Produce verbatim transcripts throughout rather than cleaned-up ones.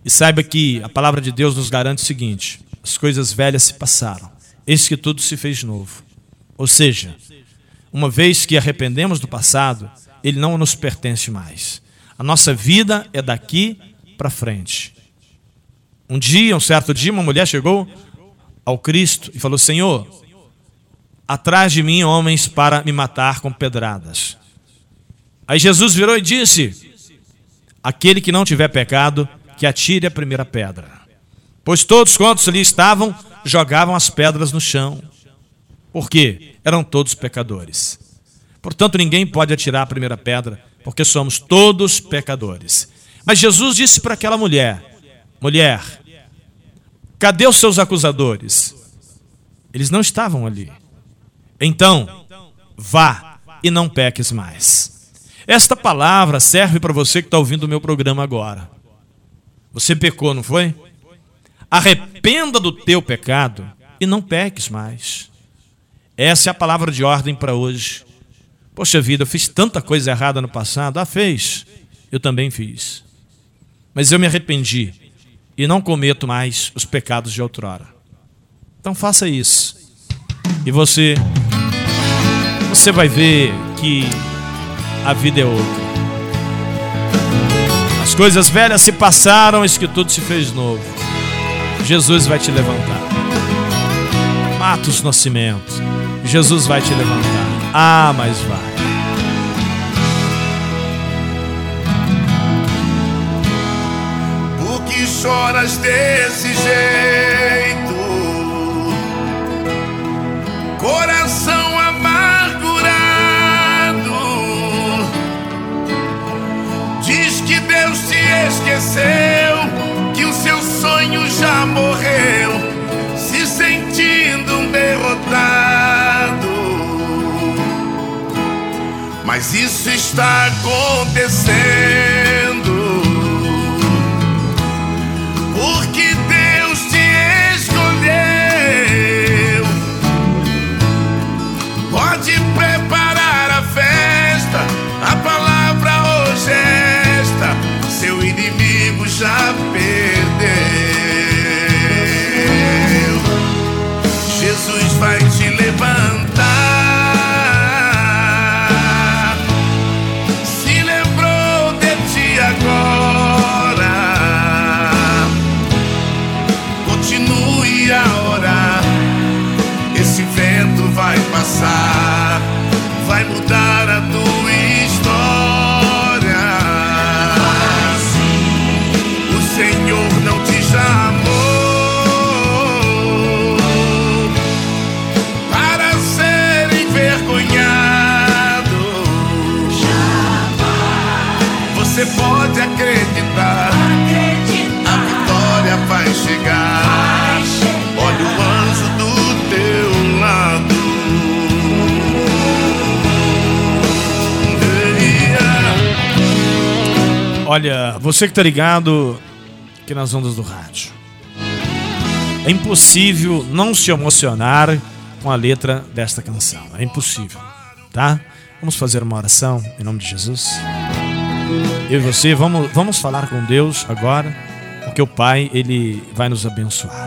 E saiba que a palavra de Deus nos garante o seguinte: as coisas velhas se passaram, eis que tudo se fez novo. Ou seja, uma vez que arrependemos do passado, ele não nos pertence mais. A nossa vida é daqui para frente. Um dia, um certo dia, uma mulher chegou ao Cristo e falou: Senhor, atrás de mim homens para me matar com pedradas. Aí Jesus virou e disse: aquele que não tiver pecado, que atire a primeira pedra. Pois todos quantos ali estavam, jogavam as pedras no chão. Por quê? Eram todos pecadores. Portanto, ninguém pode atirar a primeira pedra, porque somos todos pecadores. Mas Jesus disse para aquela mulher: mulher, cadê os seus acusadores? Eles não estavam ali. Então, vá e não peques mais. Esta palavra serve para você que está ouvindo o meu programa agora. Você pecou, não foi? Arrependa do teu pecado e não peques mais. Essa é a palavra de ordem para hoje. Poxa vida, eu fiz tanta coisa errada no passado. Ah, fez. Eu também fiz. Mas eu me arrependi e não cometo mais os pecados de outrora. Então faça isso. E você, você vai ver que a vida é outra. As coisas velhas se passaram, eis que tudo se fez novo. Jesus vai te levantar. Matos Nascimento, Jesus vai te levantar. Ah, mas vai. Por que choras desse jeito? Coração amargurado. Diz que Deus te esqueceu, que o seu sonho já morreu, se sentindo um derrotado. Mas isso está acontecendo porque Deus te escolheu. Pode preparar a festa, a palavra hoje é esta: seu inimigo já perdeu. Jesus vai te levantar. Se lembrou de ti agora. Continue a orar. Esse vento vai passar, vai mudar a tua história. O Senhor não te chamou para ser envergonhado. Você pode acreditar, a vitória vai chegar. Olha o anjo do teu lado. Olha, você que está ligado aqui nas ondas do rádio, é impossível não se emocionar com a letra desta canção. É impossível, tá? Vamos fazer uma oração em nome de Jesus. Eu e você, vamos, vamos falar com Deus agora, porque o Pai, Ele vai nos abençoar.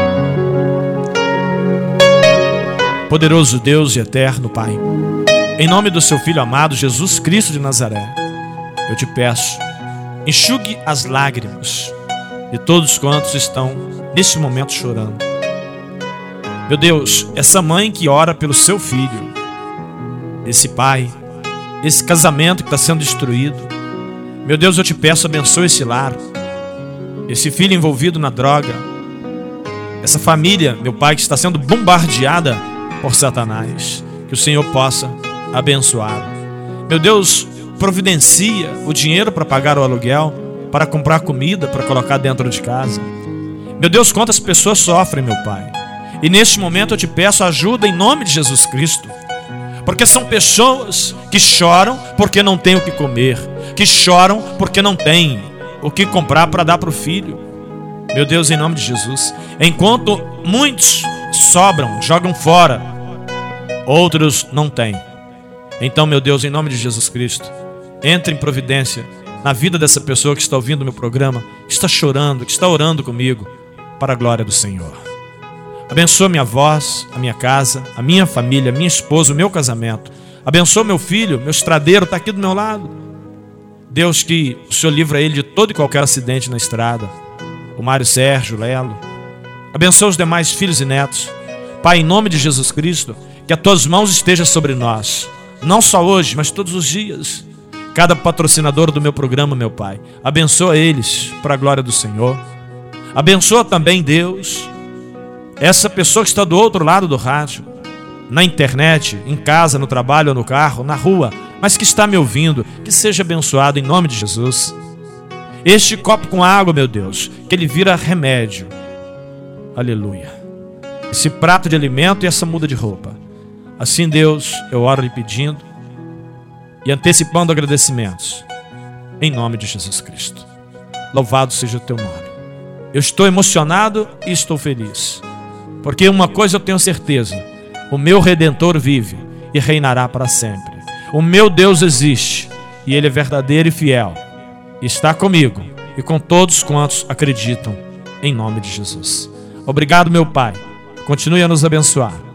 Poderoso Deus e eterno Pai, em nome do seu Filho amado, Jesus Cristo de Nazaré, eu te peço, enxugue as lágrimas de todos quantos estão neste momento chorando. Meu Deus, essa mãe que ora pelo seu filho, esse pai, esse casamento que está sendo destruído, meu Deus, eu te peço, abençoe esse lar, esse filho envolvido na droga, essa família, meu Pai, que está sendo bombardeada por Satanás, que o Senhor possa abençoar. Meu Deus, providencia o dinheiro para pagar o aluguel, para comprar comida, para colocar dentro de casa. Meu Deus, quantas pessoas sofrem, meu Pai. E neste momento eu te peço ajuda em nome de Jesus Cristo. Porque são pessoas que choram porque não têm o que comer, que choram porque não têm o que comprar para dar para o filho. Meu Deus, em nome de Jesus, enquanto muitos sobram, jogam fora, outros não têm. Então, meu Deus, em nome de Jesus Cristo, entre em providência na vida dessa pessoa que está ouvindo o meu programa, que está chorando, que está orando comigo, para a glória do Senhor. Abençoa minha voz, a minha casa, a minha família, a minha esposa, o meu casamento. Abençoa meu filho, meu estradeiro está aqui do meu lado. Deus, que o Senhor livra ele de todo e qualquer acidente na estrada. O Mário Sérgio, Lelo. Abençoa os demais filhos e netos. Pai, em nome de Jesus Cristo, que as tuas mãos estejam sobre nós. Não só hoje, mas todos os dias. Cada patrocinador do meu programa, meu Pai, abençoa eles para a glória do Senhor. Abençoa também, Deus, essa pessoa que está do outro lado do rádio, na internet, em casa, no trabalho ou no carro, na rua, mas que está me ouvindo, que seja abençoado em nome de Jesus. Este copo com água, meu Deus, que ele vira remédio. Aleluia. Esse prato de alimento e essa muda de roupa. Assim, Deus, eu oro lhe pedindo e antecipando agradecimentos, em nome de Jesus Cristo. Louvado seja o teu nome. Eu estou emocionado e estou feliz, porque uma coisa eu tenho certeza: o meu Redentor vive e reinará para sempre. O meu Deus existe e Ele é verdadeiro e fiel, e está comigo e com todos quantos acreditam, em nome de Jesus. Obrigado, meu Pai. Continue a nos abençoar.